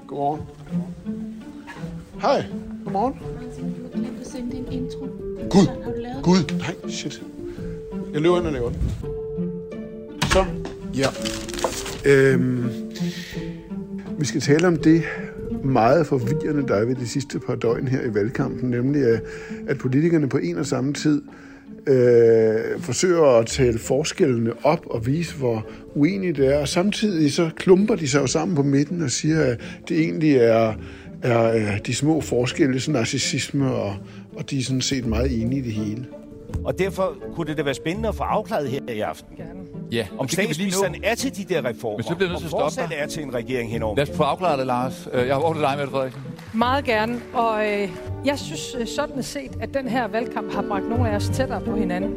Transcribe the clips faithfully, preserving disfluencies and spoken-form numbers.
Godmorgen. Hej. Godmorgen. Du glemte at sende din intro. Gud. Har du lavet Gud. Nej, shit. Jeg løber ind og laver den. Så. Ja. Øhm, vi skal tale om det meget forvirrende, der er ved de sidste par døgn her i valgkampen, nemlig at politikerne på en og samme tid øh, forsøger at tale forskellene op og vise, hvor uenige det er, og samtidig så klumper de sig jo sammen på midten og siger, at det egentlig er, er de små forskelle, sådan narcissisme, og, og de er sådan set meget enige i det hele. Og derfor kunne det da være spændende at få afklaret her i aften. Ja, om statsministeren er til de der reformer, men så bliver nødt til at stoppe fortsat er til en regering henover. Lad os få afklaret det, Lars. Jeg har over til dig, Mette Frederiksen. Meget gerne, og øh, jeg synes sådan set, at den her valgkamp har bragt nogle af os tættere på hinanden.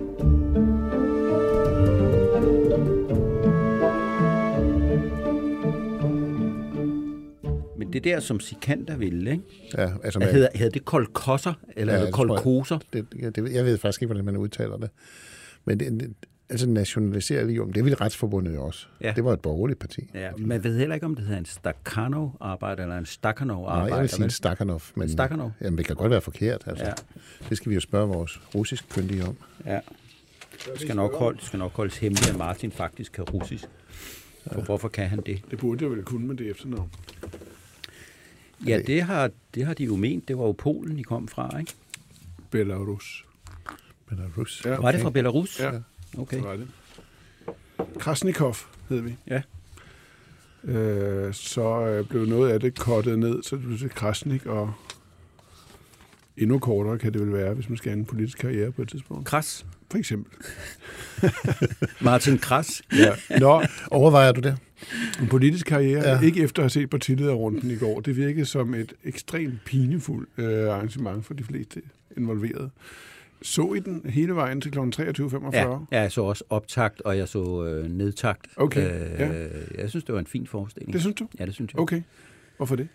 Men det der, som Sikander ville, ikke? Ja, altså med, hedder, hedder det kolkosser, eller ja, kolkoser? Det, det, det, jeg ved faktisk ikke, hvordan man udtaler det. Men det, det altså nationalisere lige om, det ville Retsforbundet jo også. Ja. Det var et borgerligt parti. Ja, man ved heller ikke, om det hedder en Stakhanov-arbejde eller en Stakhanov-arbejde. Nej, jeg vil sige en Stakhanov. Men Stakhanov? Jamen, det kan godt være forkert. Altså. Ja. Det skal vi jo spørge vores russisk kyndige om. Ja. Det skal nok, hold, det skal nok holdes hemmeligt, at Martin faktisk kan russisk. For ja. Hvorfor kan han det? Det burde jeg vel kunne med det efternavn. Ja, det har, det har de jo ment. Det var jo Polen, de kom fra, ikke? Belarus. Belarus. Ja, okay. Var det fra Belarus? Ja. Okay. Så var det. Krasnikov hed vi. Ja. Øh, så øh, blev noget af det kortet ned, så det blev til Krasnik, og endnu kortere kan det vel være, hvis man skal have en politisk karriere på et tidspunkt. Kras? For eksempel. Martin Kras? Ja. Nå, overvejer du det? En politisk karriere, ja. Ikke efter at have set partilederrunden i går. Det virkede som et ekstremt pinefuldt øh, arrangement for de fleste involverede. Så I den hele vejen til klokken treogtyve femogfyrre? Ja, jeg så også optakt, og jeg så øh, nedtakt. Okay, øh, ja. Jeg synes, det var en fin forestilling. Det synes du? Ja, det synes jeg. Okay. Hvorfor det?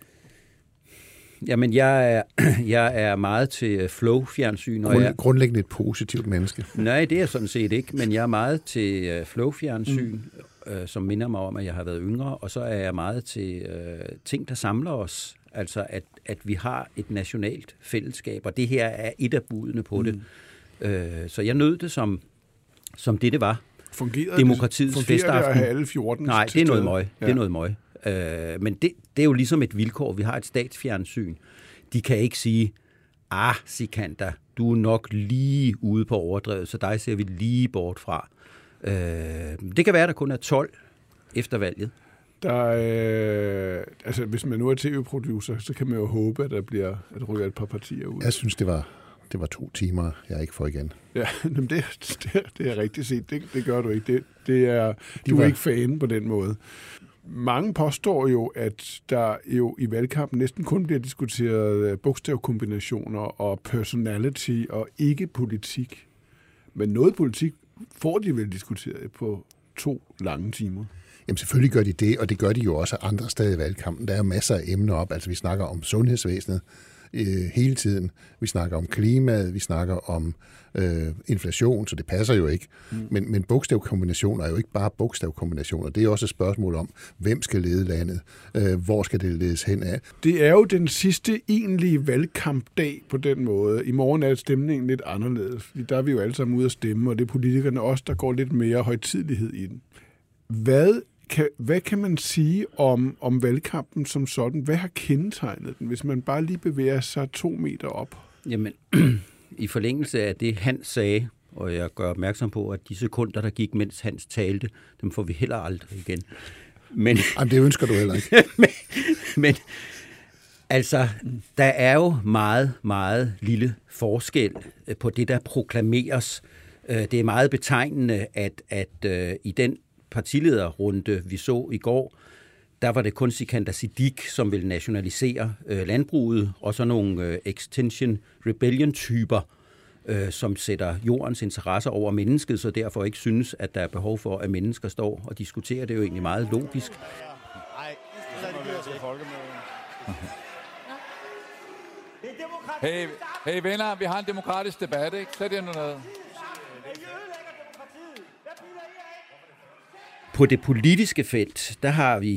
Jamen, jeg er, jeg er meget til flow-fjernsyn. Grund, jeg... Grundlæggende et positivt menneske. Nej, det er jeg sådan set ikke, men jeg er meget til flow-fjernsyn, mm. øh, som minder mig om, at jeg har været yngre, og så er jeg meget til øh, ting, der samler os. Altså, at, at vi har et nationalt fællesskab, og det her er et af budene på mm. det. Øh, så jeg nød det som, som det, det var. Fungerede Demokratiets det, festaften. Fungerer det at have alle fjorten? Nej, det er noget møg. Ja. Det er noget møg. Øh, men det, det er jo ligesom et vilkår. Vi har et statsfjernsyn. De kan ikke sige, ah, Sikander, du er nok lige ude på overdrevet, så dig ser vi lige bort fra. Øh, det kan være, at der kun er tolv efter valget. Der øh, altså, hvis man nu er tv-producer, så kan man jo håbe, at der bliver at ryge et par partier ud. Jeg synes, det var, det var to timer, jeg ikke får igen. Ja, men det, det, det er rigtigt set. Det, det gør du ikke. Det, det er, du var... er ikke fan på den måde. Mange påstår jo, at der jo i valgkampen næsten kun bliver diskuteret bogstavkombinationer og personality og ikke politik. Men noget politik får de vel diskuteret på to lange timer. Jamen selvfølgelig gør de det, og det gør de jo også andre steder i valgkampen. Der er masser af emner op. Altså vi snakker om sundhedsvæsenet øh, hele tiden. Vi snakker om klimaet, vi snakker om øh, inflation, så det passer jo ikke. Mm. Men, men bogstavkombinationer er jo ikke bare bogstavkombinationer. Det er også et spørgsmål om, hvem skal lede landet? Øh, hvor skal det ledes hen af? Det er jo den sidste egentlige valgkampdag på den måde. I morgen er stemningen lidt anderledes. Der er vi jo alle sammen ude at stemme, og det er politikerne også, der går lidt mere højtidelighed i den. Hvad Kan, hvad kan man sige om, om valgkampen som sådan? Hvad har kendetegnet den, hvis man bare lige bevæger sig to meter op? Jamen, i forlængelse af det, han sagde, og jeg gør opmærksom på, at de sekunder, der gik, mens Hans talte, dem får vi heller aldrig igen. Men, Jamen, det ønsker du heller ikke. men, men altså, der er jo meget, meget lille forskel på det, der proklameres. Det er meget betegnende, at, at i den partilederrunde, vi så i går, der var det kun Sikander Siddique, som ville nationalisere øh, landbruget, og så nogle øh, Extinction Rebellion-typer, øh, som sætter jordens interesser over mennesket, så derfor ikke synes, at der er behov for, at mennesker står og diskuterer. Det er jo egentlig meget logisk. Hey, hey venner, vi har en demokratisk debat, ikke? Sæt jer nu ned. På det politiske felt, der har vi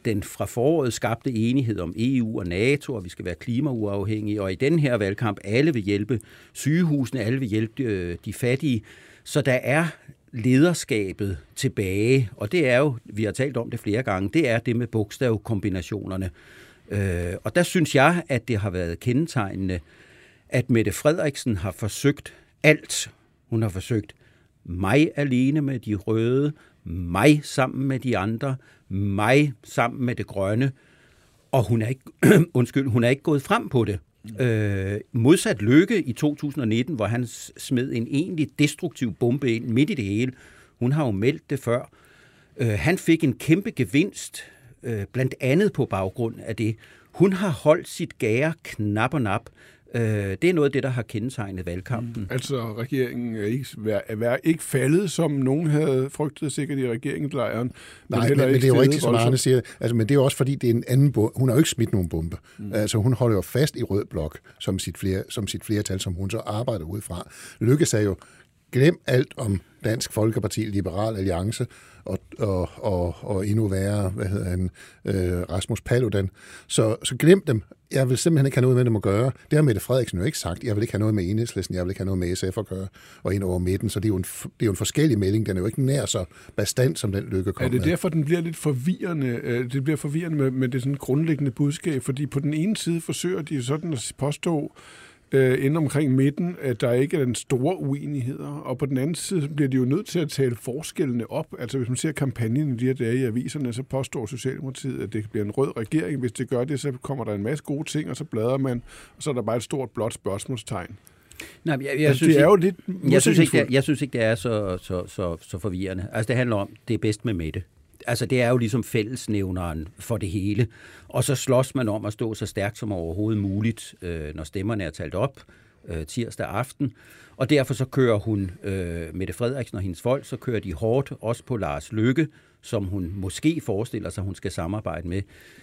den fra foråret skabte enighed om E U og NATO, og vi skal være klimauafhængige, og i den her valgkamp, alle vil hjælpe sygehusene, alle vil hjælpe de fattige. Så der er lederskabet tilbage, og det er jo, vi har talt om det flere gange, det er det med bogstavkombinationerne. Øh, og der synes jeg, at det har været kendetegnende, at Mette Frederiksen har forsøgt alt. Hun har forsøgt mig alene med de røde, mig sammen med de andre, mig sammen med det grønne, og hun er ikke, undskyld, hun er ikke gået frem på det. Øh, modsat Løkke i to tusind og nitten, hvor han smed en egentlig destruktiv bombe ind midt i det hele. Hun har jo meldt det før. Øh, han fik en kæmpe gevinst, øh, blandt andet på baggrund af det. Hun har holdt sit gære knap og nap. Det er noget af det, der har kendetegnet valgkampen. Mm. Altså, regeringen er ikke, er ikke faldet, som nogen havde frygtet sikkert i regeringslejren. Nej, men, men det er jo rigtigt, som Arne siger. Altså, men det er jo også fordi, det er en anden bombe. Hun har jo ikke smidt nogen bombe. Mm. Altså, hun holder jo fast i rød blok som sit, flere, som sit flertal, som hun så arbejder ud fra. Lykke sagde jo, glem alt om Dansk Folkeparti, Liberal Alliance og, og, og, og endnu værre, hvad hedder han, øh, Rasmus Paludan. Så, så glem dem. Jeg vil simpelthen ikke have noget med dem at gøre. Det har Mette Frederiksen jo ikke sagt. Jeg vil ikke have noget med Enhedslisten, jeg vil ikke have noget med S F at gøre, og ind over midten. Så det er jo en, det er jo en forskellig melding. Den er jo ikke nær så bastant, som den Lykke kom med. Er det derfor, den bliver lidt forvirrende? Det bliver forvirrende med, med det sådan grundlæggende budskab, fordi på den ene side forsøger de sådan at påstå, øh, inden omkring midten, at der ikke er den store uenigheder, og på den anden side bliver de jo nødt til at tale forskellene op. Altså hvis man ser kampagnen i de her dage i aviserne, så påstår Socialdemokratiet, at det bliver en rød regering. Hvis det gør det, så kommer der en masse gode ting, og så bladrer man, og så er der bare et stort blåt spørgsmålstegn. Nej, jeg, jeg, altså, synes det er ikke, jo lidt jeg synes ikke, det er, jeg synes ikke, det er så, så, så, så forvirrende. Altså det handler om, det er bedst med Mette. Altså det er jo ligesom fællesnævneren for det hele. Og så slås man om at stå så stærkt som overhovedet muligt, øh, når stemmerne er talt op øh, tirsdag aften. Og derfor så kører hun, øh, Mette Frederiksen og hendes folk, så kører de hårdt også på Lars Løkke, som hun måske forestiller sig, hun skal samarbejde med.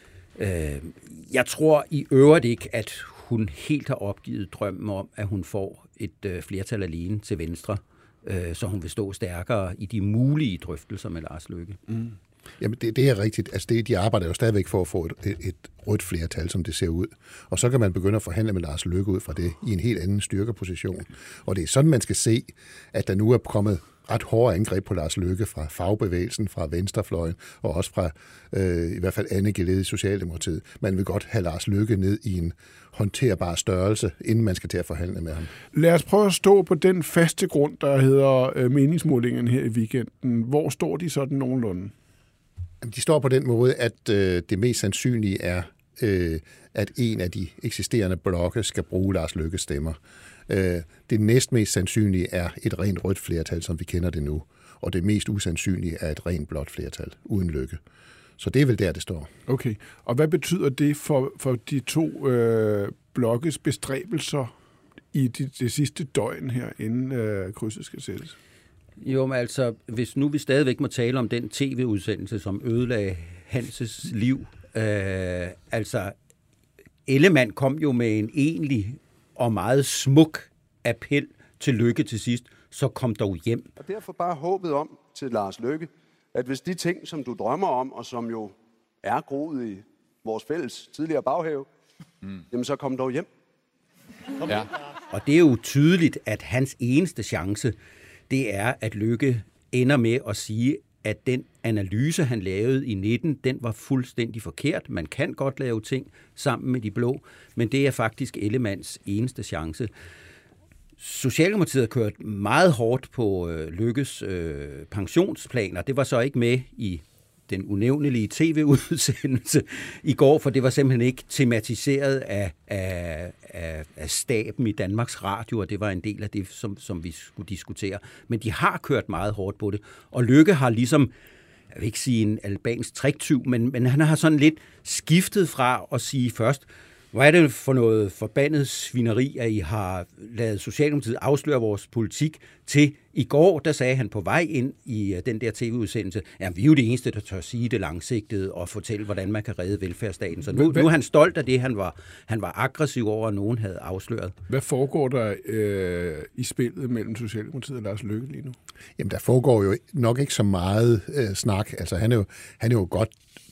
Øh, jeg tror i øvrigt ikke, at hun helt har opgivet drømmen om, at hun får et øh, flertal alene til venstre, øh, så hun vil stå stærkere i de mulige drøftelser med Lars Løkke. Mm. Jamen, det, det er rigtigt. Altså, det, de arbejder jo stadigvæk for at få et, et, et rødt flertal, som det ser ud. Og så kan man begynde at forhandle med Lars Løkke ud fra det i en helt anden styrkeposition. Og det er sådan, man skal se, at der nu er kommet ret hårde angreb på Lars Løkke fra fagbevægelsen, fra venstrefløjen, og også fra øh, i hvert fald Anne Gelede i Socialdemokratiet. Man vil godt have Lars Løkke ned i en håndterbar størrelse, inden man skal til at forhandle med ham. Lad os prøve at stå på den faste grund, der hedder øh, meningsmålingen her i weekenden. Hvor står de sådan nogenlunde? De står på den måde, at øh, det mest sandsynlige er, øh, at en af de eksisterende blokke skal bruge Lars Løkkes stemmer. Øh, det næstmest sandsynlige er et rent rødt flertal, som vi kender det nu. Og det mest usandsynlige er et rent blåt flertal, uden Løkke. Så det er vel der, det står. Okay. Og hvad betyder det for, for de to øh, blokkes bestræbelser i de, det sidste døgn her, inden øh, krydset skal sættes? Jo, men altså, hvis nu vi stadigvæk må tale om den tv-udsendelse, som ødelagde Hanses liv. Øh, altså, Ellemann kom jo med en egentlig og meget smuk appel til Løkke til sidst, så kom dog hjem. Og derfor bare håbet om til Lars Løkke, at hvis de ting, som du drømmer om, og som jo er groet i vores fælles tidligere baghave, mm. jamen så kom dog hjem. Ja. Og det er jo tydeligt, at hans eneste chance, det er, at Løkke ender med at sige, at den analyse, han lavede i nitten, den var fuldstændig forkert. Man kan godt lave ting sammen med de blå, men det er faktisk Ellemanns eneste chance. Socialdemokratiet har kørt meget hårdt på øh, Løkkes øh, pensionsplaner. Det var så ikke med i den unævnelige tv-udsendelse i går, for det var simpelthen ikke tematiseret af, af, af, af staben i Danmarks Radio, og det var en del af det, som, som vi skulle diskutere. Men de har kørt meget hårdt på det, og Løkke har ligesom, jeg vil ikke sige en albansk triktyv, men, men han har sådan lidt skiftet fra at sige først, hvor er det for noget forbandet svineri, at I har lavet Socialdemokratiet afsløre vores politik, til i går, der sagde han på vej ind i den der tv-udsendelse, ja, vi er jo det eneste, der tør sige det langsigtede og fortælle, hvordan man kan redde velfærdsstaten. Så nu, nu er han stolt af det, han var, han var aggressiv over, at nogen havde afsløret. Hvad foregår der øh, i spillet mellem Socialdemokratiet og Lars Løkke lige nu? Jamen, der foregår jo nok ikke så meget øh, snak. Altså, han er jo, han er jo godt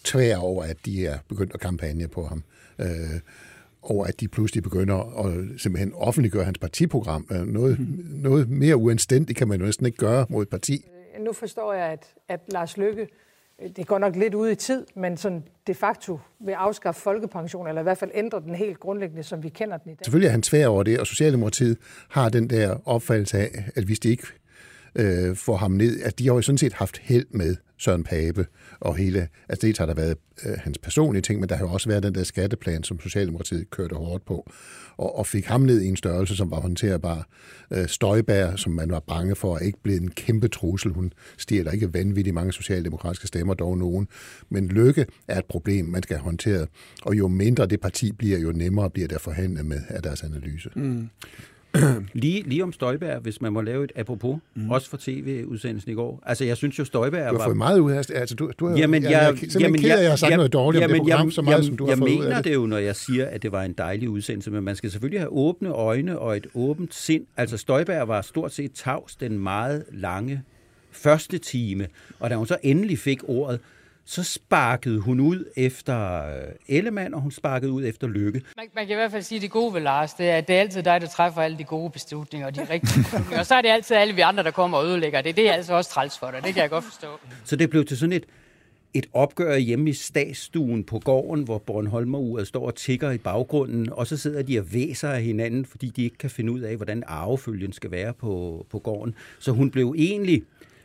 tvær over, at de er begyndt at kampagne på ham. Øh, over at de pludselig begynder at simpelthen offentliggøre hans partiprogram. Noget, mm. noget mere uanstændigt kan man jo næsten ikke gøre mod et parti. Nu forstår jeg, at, at Lars Løkke, det går nok lidt ud i tid, men sådan de facto vil afskaffe folkepension, eller i hvert fald ændre den helt grundlæggende, som vi kender den i dag. Selvfølgelig er han tvær over det, og Socialdemokratiet har den der opfattelse af, at hvis de ikke øh, får ham ned, at de har jo sådan set haft held med Søren Pape og hele, altså det har der været øh, hans personlige ting, men der har jo også været den der skatteplan, som Socialdemokratiet kørte hårdt på, og, og fik ham ned i en størrelse, som var håndterbar. Øh, Støjberg, som man var bange for, ikke blev en kæmpe trussel. Hun stjæler ikke vanvittigt mange socialdemokratiske stemmer, dog nogen. Men Løkke er et problem, man skal håndtere, og jo mindre det parti bliver, jo nemmere bliver det at forhandle med af deres analyse. Mm. Lige, lige om Støjberg, hvis man må lave et apropos, mm. også for tv-udsendelsen i går. Altså, jeg synes jo, Støjberg var... Du har fået meget ud af det. Altså, du, du har, jamen, jeg, jeg, jeg, jeg, jamen, jeg, jeg har sagt jeg, noget dårligt jamen, om det program, jeg, så meget, jeg, som du har jeg fået ud af det. Jeg mener det det jo, når jeg siger, at det var en dejlig udsendelse, men man skal selvfølgelig have åbne øjne og et åbent sind. Altså, Støjberg var stort set tavs den meget lange første time, og da hun så endelig fik ordet, så sparkede hun ud efter Ellemann, og hun sparkede ud efter Løkke. Man, man kan i hvert fald sige, at det gode ved Lars, det er, at det er altid dig, der træffer alle de gode beslutninger og de rigtige beslutninger. Og så er det altid alle vi andre, der kommer og ødelægger det. Det er altså også træls for dig, det kan jeg godt forstå. Så det blev til sådan et, et opgør hjemme i statsstuen på gården, hvor Bornholmeruret står og tigger i baggrunden, og så sidder de og væser af hinanden, fordi de ikke kan finde ud af, hvordan arvefølgen skal være på, på gården. Så hun blev egentlig...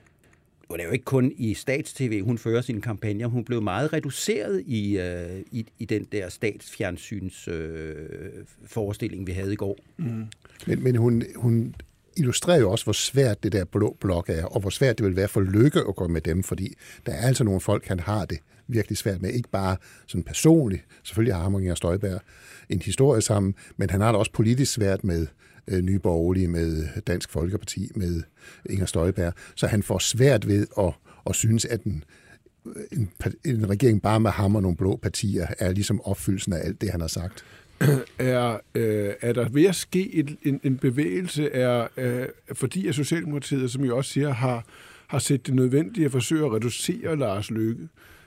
Og det er jo ikke kun i stats-tv, hun fører sine kampagner. Hun blev meget reduceret i, øh, i, i den der statsfjernsyns øh, forestilling, vi havde i går. Mm. Men, men hun, hun illustrerer jo også, hvor svært det der blå blok er, og hvor svært det vil være for Løkke at gå med dem, fordi der er altså nogle folk, han har det virkelig svært med. Ikke bare sådan personligt. Selvfølgelig har ham og Inger Støjberg en historie sammen, men han har det også politisk svært med Nye Borgerlige, med Dansk Folkeparti, med Inger Støjberg. Så han får svært ved at, at synes, at en, en, en regering bare med ham og nogle blå partier er ligesom opfyldelsen af alt det, han har sagt. Er, øh, er der ved at ske et, en, en bevægelse, er, øh, fordi at Socialdemokratiet, som jeg også siger, har, har set det nødvendigt at forsøge at reducere Lars Løkke?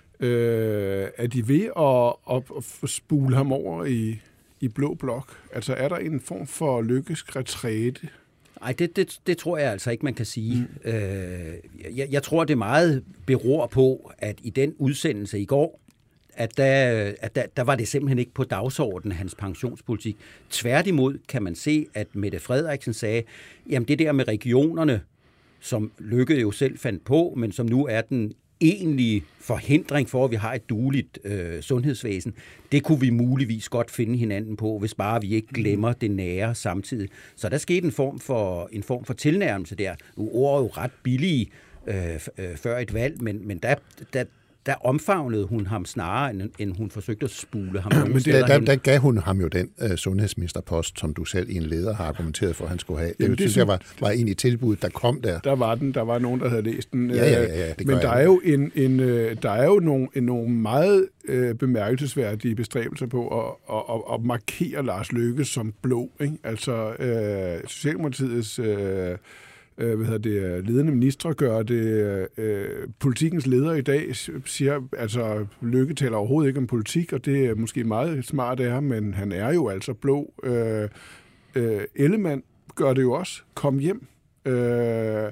Øh, er de ved at, at, at spule ham over i... i blå blok? Altså er der en form for lykkes retræte? Nej, det, det, det tror jeg altså ikke, man kan sige. Mm. Øh, jeg, jeg tror, det meget beror på, at i den udsendelse i går, at der, at der, der var det simpelthen ikke på dagsordenen, hans pensionspolitik. Tværtimod kan man se, at Mette Frederiksen sagde, jamen det der med regionerne, som Løkke jo selv fandt på, men som nu er den egentlig forhindring for, at vi har et dueligt øh, sundhedsvæsen, det kunne vi muligvis godt finde hinanden på, hvis bare vi ikke glemmer det nære samtidig. Så der skete en form for, en form for tilnærmelse der. Nu ord er jo ret billige øh, øh, før et valg, men, men der, der, der omfavnede hun ham snarere, end, end hun forsøgte at spule ham. Men det, der, der gav hun ham jo den uh, sundhedsministerpost, som du selv i en leder har argumenteret for, at han skulle have. Jamen, det, det synes jeg var, var egentlig tilbuddet, der kom der. Der var den, der var nogen, der havde læst den. Ja, ja, ja, ja, det men der er, jo en, en, der er jo nogle, nogle meget øh, bemærkelsesværdige bestræbelser på at, at, at, at markere Lars Løkke som blå. Ikke? Altså øh, Socialdemokratiets... Øh, hvad hedder det, ledende ministre gør det. Øh, politikens leder i dag siger, altså Løkke taler overhovedet ikke om politik, og det er måske meget smart af ham, men han er jo altså blå. Øh, øh, Ellemann gør det jo også. Kom hjem. Øh,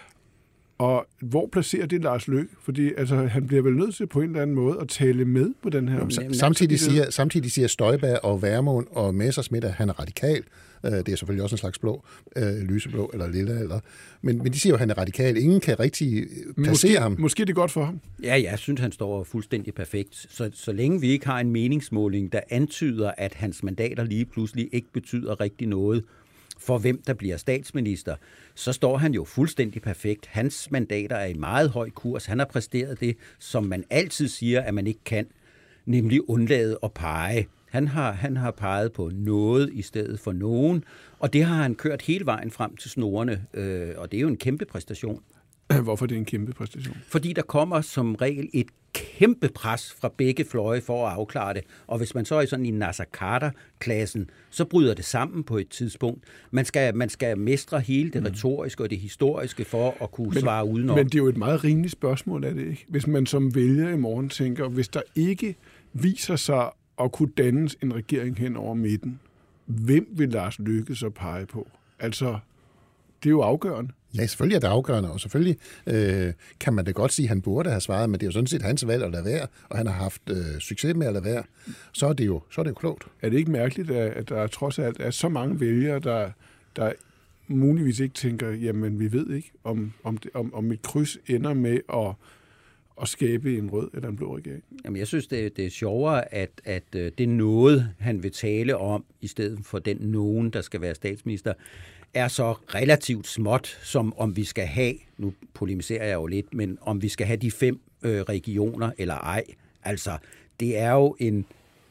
og hvor placerer det Lars Løkke? Fordi altså, han bliver vel nødt til på en eller anden måde at tale med på den her... Jamen, samtidig, siger, samtidig siger Støjberg og Vermund og Messerschmidt, at han er radikal. Det er selvfølgelig også en slags blå, øh, lyseblå eller lilla. Eller. Men, men de siger jo, at han er radikal. Ingen kan rigtig placere måske, ham. Måske det er godt for ham. Ja, jeg synes, han står fuldstændig perfekt. Så, så længe vi ikke har en meningsmåling, der antyder, at hans mandater lige pludselig ikke betyder rigtig noget for hvem der bliver statsminister, så står han jo fuldstændig perfekt. Hans mandater er i meget høj kurs. Han har præsteret det, som man altid siger, at man ikke kan, nemlig undlade at pege. Han har, han har peget på noget i stedet for nogen, og det har han kørt hele vejen frem til snorene, øh, og det er jo en kæmpe præstation. Hvorfor det er en kæmpe præstation? Fordi der kommer som regel et kæmpe pres fra begge fløje for at afklare det. Og hvis man så er sådan i Nasser Carter-klassen, så bryder det sammen på et tidspunkt. Man skal, man skal mestre hele det retoriske og det historiske for at kunne men, svare udenom. Men det er jo et meget rimeligt spørgsmål, er det ikke? Hvis man som vælger i morgen tænker, hvis der ikke viser sig at kunne dannes en regering hen over midten, hvem vil Lars Løkke så pege på? Altså, det er jo afgørende. Ja, selvfølgelig er det afgørende, og selvfølgelig øh, kan man da godt sige, at han burde have svaret, men det er jo sådan set hans valg at lade være, og han har haft øh, succes med at lade være. Så er det jo, så er det jo klogt. Er det ikke mærkeligt, at der trods alt er så mange vælgere, der, der muligvis ikke tænker, jamen vi ved ikke, om, om, det, om, om et kryds ender med at, at skabe en rød eller en blå regering? Jamen, jeg synes, det, det er sjovere, at, at det er noget, han vil tale om, i stedet for den nogen, der skal være statsminister, er så relativt småt, som om vi skal have, nu polemiserer jeg jo lidt, men om vi skal have de fem øh, regioner eller ej. Altså, det er jo en,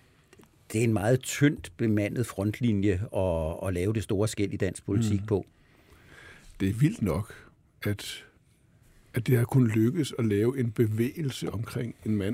det er en meget tyndt bemandet frontlinje at, at lave det store skel i dansk politik mm. på. Det er vildt nok, at, at det har kunnet lykkes at lave en bevægelse omkring en mand,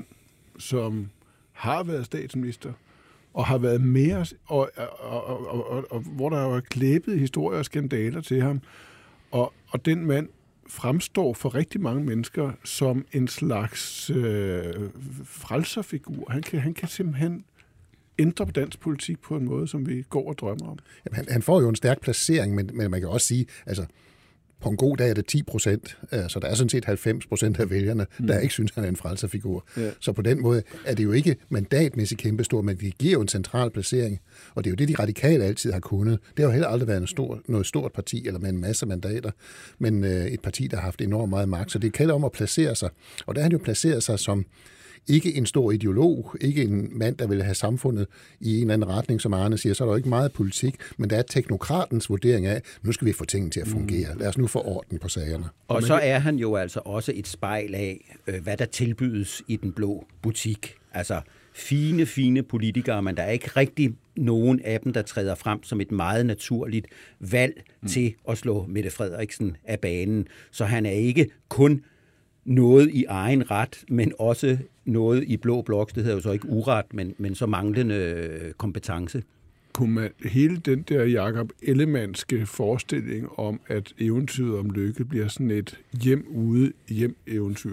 som har været statsminister, og har været mere, og, og, og, og, og, og hvor der er klæbet historier og skandaler til ham. Og, og den mand fremstår for rigtig mange mennesker som en slags øh, frelserfigur. Han kan, han kan simpelthen ændre på dansk politik på en måde, som vi går og drømmer om. Jamen, han, han får jo en stærk placering, men, men man kan også sige, altså på en god dag er det ti procent, så der er sådan set halvfems procent af vælgerne, der ikke synes, han er en frelserfigur. Ja. Så på den måde er det jo ikke mandatmæssigt kæmpestor, men det giver jo en central placering, og det er jo det, de radikale altid har kunnet. Det har jo heller aldrig været en stor, noget stort parti, eller med en masse mandater, men øh, et parti, der har haft enormt meget magt, så det kalder om at placere sig. Og der har han jo placeret sig som ikke en stor ideolog, ikke en mand, der vil have samfundet i en eller anden retning, som Arne siger, så er der jo ikke meget politik, men der er teknokratens vurdering af, nu skal vi få tingene til at fungere. Lad os nu få orden på sagerne. Og så er han jo altså også et spejl af, hvad der tilbydes i den blå butik. Altså fine, fine politikere, men der er ikke rigtig nogen af dem, der træder frem som et meget naturligt valg mm. til at slå Mette Frederiksen af banen. Så han er ikke kun noget i egen ret, men også noget i blå blok. Det hedder jo så ikke uret, men, men så manglende kompetence. Kunne man hele den der Jakob Ellemannske forestilling om, at eventyret om Løkke bliver sådan et hjem-ude hjem-eventyr,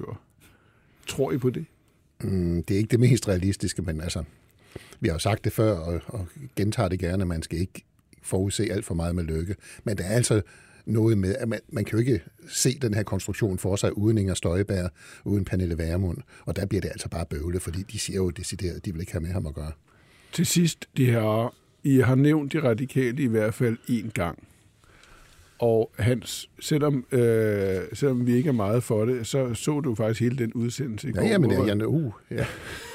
tror I på det? Mm, det er ikke det mest realistiske, men altså, vi har jo sagt det før, og, og gentager det gerne, at man skal ikke forudse alt for meget med Løkke. Men der er altså noget med, at man, man kan jo ikke se den her konstruktion for sig uden Inger Støjberg, uden Pernille Vermund, og der bliver det altså bare bøvle, fordi de siger jo decideret, at de vil ikke have med ham at gøre. Til sidst, de her, I har nævnt de radikale i hvert fald én gang, og Hans, selvom, øh, selvom vi ikke er meget for det, så så du faktisk hele den udsendelse i går. Ja, ja, men det er Jan uh, ja.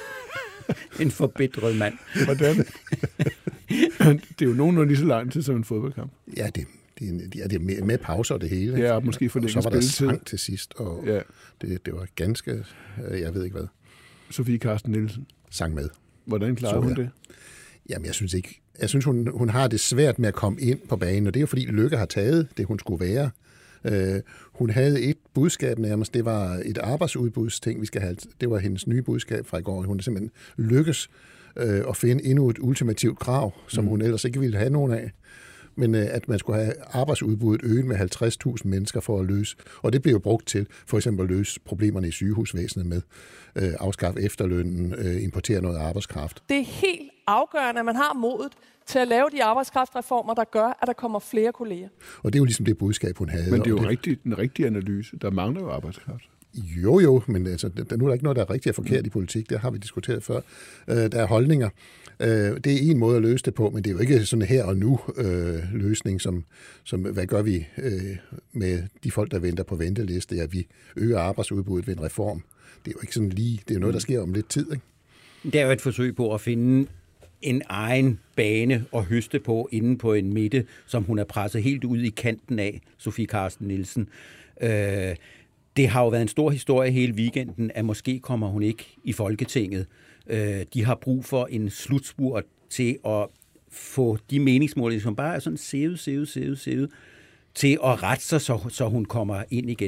En forbitret mand. Hvordan? Det er jo nogenlunde lige så lang tid som en fodboldkamp. Ja, det Ja, det er med, med pauser og det hele. Ja, og måske for det. Så var der sang til sidst, og ja. det, det var ganske, jeg ved ikke hvad. Sofie Carsten Nielsen sang med. Hvordan klarede hun det? Jamen, jeg synes ikke. Jeg synes, hun, hun har det svært med at komme ind på banen, og det er jo fordi Løkke har taget det, hun skulle være. Uh, hun havde et budskab nærmest, det var et arbejdsudbudsting, vi skal have. Det var hendes nye budskab fra i går. Hun er simpelthen lykkes uh, at finde endnu et ultimativt krav, som mm. hun ellers ikke ville have nogen af. Men at man skulle have arbejdsudbuddet øget med halvtreds tusind mennesker for at løse. Og det blev jo brugt til for eksempel at løse problemerne i sygehusvæsenet med øh, afskaffe efterlønnen, øh, importere noget arbejdskraft. Det er helt afgørende, at man har modet til at lave de arbejdskraftreformer, der gør, at der kommer flere kolleger. Og det er jo ligesom det budskab, hun havde. Men det er jo det... rigtig, en rigtig analyse. Der mangler jo arbejdskraft. Jo, jo, men altså, der, nu er der ikke noget, der er rigtig forkert mm. i politik. Det har vi diskuteret før. Øh, der er holdninger. Øh, det er en måde at løse det på, men det er jo ikke sådan her og nu øh, løsning, som, som hvad gør vi øh, med de folk, der venter på venteliste? Ja, vi øger arbejdsudbuddet ved en reform. Det er jo ikke sådan lige, det er jo noget, der sker om lidt tid, ikke? Det er jo et forsøg på at finde en egen bane at høste på inden på en midte, som hun er presset helt ud i kanten af, Sofie Carsten Nielsen. Øh, Det har jo været en stor historie hele weekenden, at måske kommer hun ikke i Folketinget. De har brug for en slutspurt til at få de meningsmålinger, som bare er sådan sævet, sævet, sævet, sævet, til at rette sig, så, så hun kommer ind igen.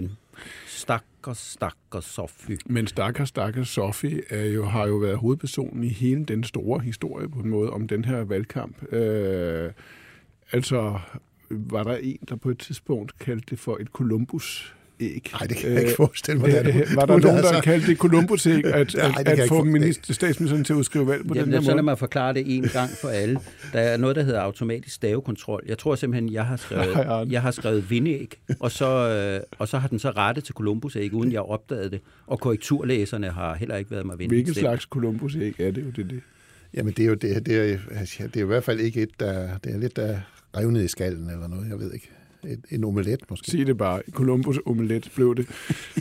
Stakkers, stakkers Sofie. Men stakkers, stakkers Sofie er jo, har jo været hovedpersonen i hele den store historie på en måde om den her valgkamp. Øh, altså, var der en, der på et tidspunkt kaldte det for et Columbus æg. Nej, det kan jeg ikke forestille mig. Æh, det var der nogen, der kaldte det Columbus-æg, at, Nej, at, at få minister, statsministeren til at udskrive valg på Jamen, den her så måde? lad mig forklare det en gang for alle. Der er noget, der hedder automatisk stavekontrol. Jeg tror simpelthen, jeg har skrevet, jeg har skrevet vindæg, og så, øh, og så har den så rettet til Columbus-æg, uden jeg opdagede det. Og korrekturlæserne har heller ikke været mig venlig. Hvilken slags Columbus-æg er det jo, det, det? Jamen, det er jo det, det, er, det er i hvert fald ikke et, der, det er lidt der revnet i skallen eller noget, jeg ved ikke. Et, en omelet måske. Sig det bare. Columbus omelet blev det.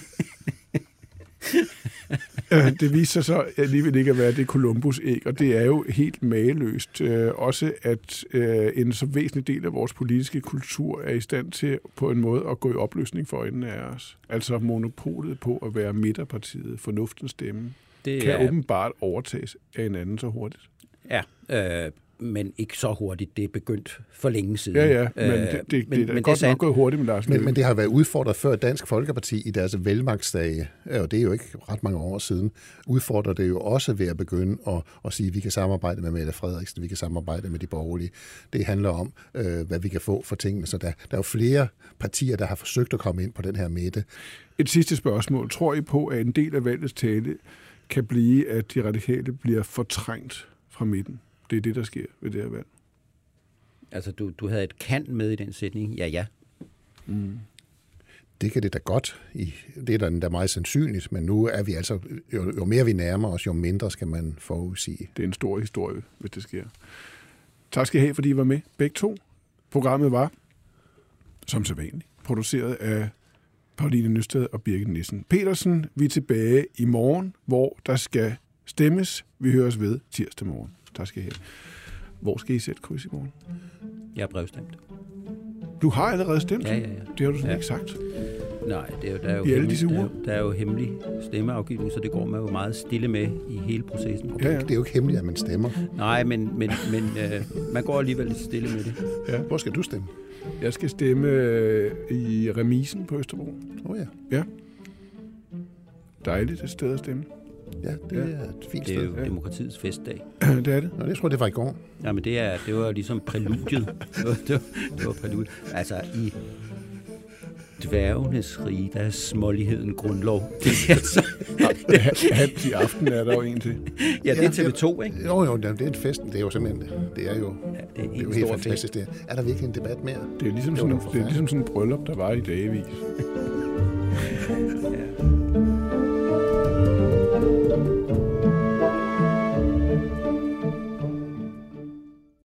Det viser sig så alligevel ikke at være det Columbus-æg, og det er jo helt mageløst. Også at en så væsentlig del af vores politiske kultur er i stand til på en måde at gå i opløsning for øjnene af os. Altså monopolet på at være midterpartiet, fornuftens stemme, det kan er... åbenbart overtages af en anden så hurtigt. Ja, øh, men ikke så hurtigt. Det er begyndt for længe siden. Ja, ja, men det, det, det, men, det er men godt det er nok gået hurtigt med Lars Løkke. Men, men det har været udfordret før Dansk Folkeparti i deres velmagtsdage, og det er jo ikke ret mange år siden, udfordrer det jo også ved at begynde at, at sige, at vi kan samarbejde med Mette Frederiksen, vi kan samarbejde med de borgerlige. Det handler om, øh, hvad vi kan få for tingene. Så der, der er jo flere partier, der har forsøgt at komme ind på den her midte. Et sidste spørgsmål. Tror I på, at en del af valgets tale kan blive, at de radikale bliver fortrængt fra midten? Det er det, der sker ved det her valg. Altså, du, du havde et kan med i den sætning. Ja, ja. Mm. Det kan det da godt. I, det er da, da meget sandsynligt, men nu er vi altså, jo, jo mere vi nærmer os, jo mindre skal man forudsige. Det er en stor historie, hvis det sker. Tak skal I have, fordi I var med. Begge to. Programmet var, som sædvanligt, produceret af Pauline Nysted og Birgit Nissen Petersen. Vi er tilbage i morgen, hvor der skal stemmes. Vi høres ved tirsdag morgen. Tak skal I have. Hvor skal I sætte kryds i morgen? Jeg er brevstemt. Du har allerede stemt? Ja, ja, ja. Det har du sådan ja. ikke sagt. Nej, det er jo, der er jo, I alle disse uger? Der, er jo, der er jo hemmelig stemmeafgivning, så det går man jo meget stille med i hele processen. Okay, ja, ja. Det er jo ikke hemmeligt, at man stemmer. Nej, men, men, men øh, man går alligevel lidt stille med det. Ja. Hvor skal du stemme? Jeg skal stemme i Remisen på Østerbro. Åh oh, ja. Ja. Dejligt et sted at stemme. Ja, det ja. er et fint sted. Det er jo ja. demokratiets festdag. Det er det. Nå, det tror jeg, det var i går. Ja, men det, er, det var ligesom præludiet. det, var, det, var, det var præludiet. Altså, i dværgenes rige, der er småligheden grundlov. Det er altså... Halvt i aften er der jo en til. Ja, det er T V to, ikke? Jo, jo, det er en fest. Det er jo simpelthen, det er jo, ja, det er, det er jo helt fantastisk. Det. Er der virkelig en debat mere? Det er ligesom, det sådan, det er ligesom sådan en bryllup, der var i dagevis. ja.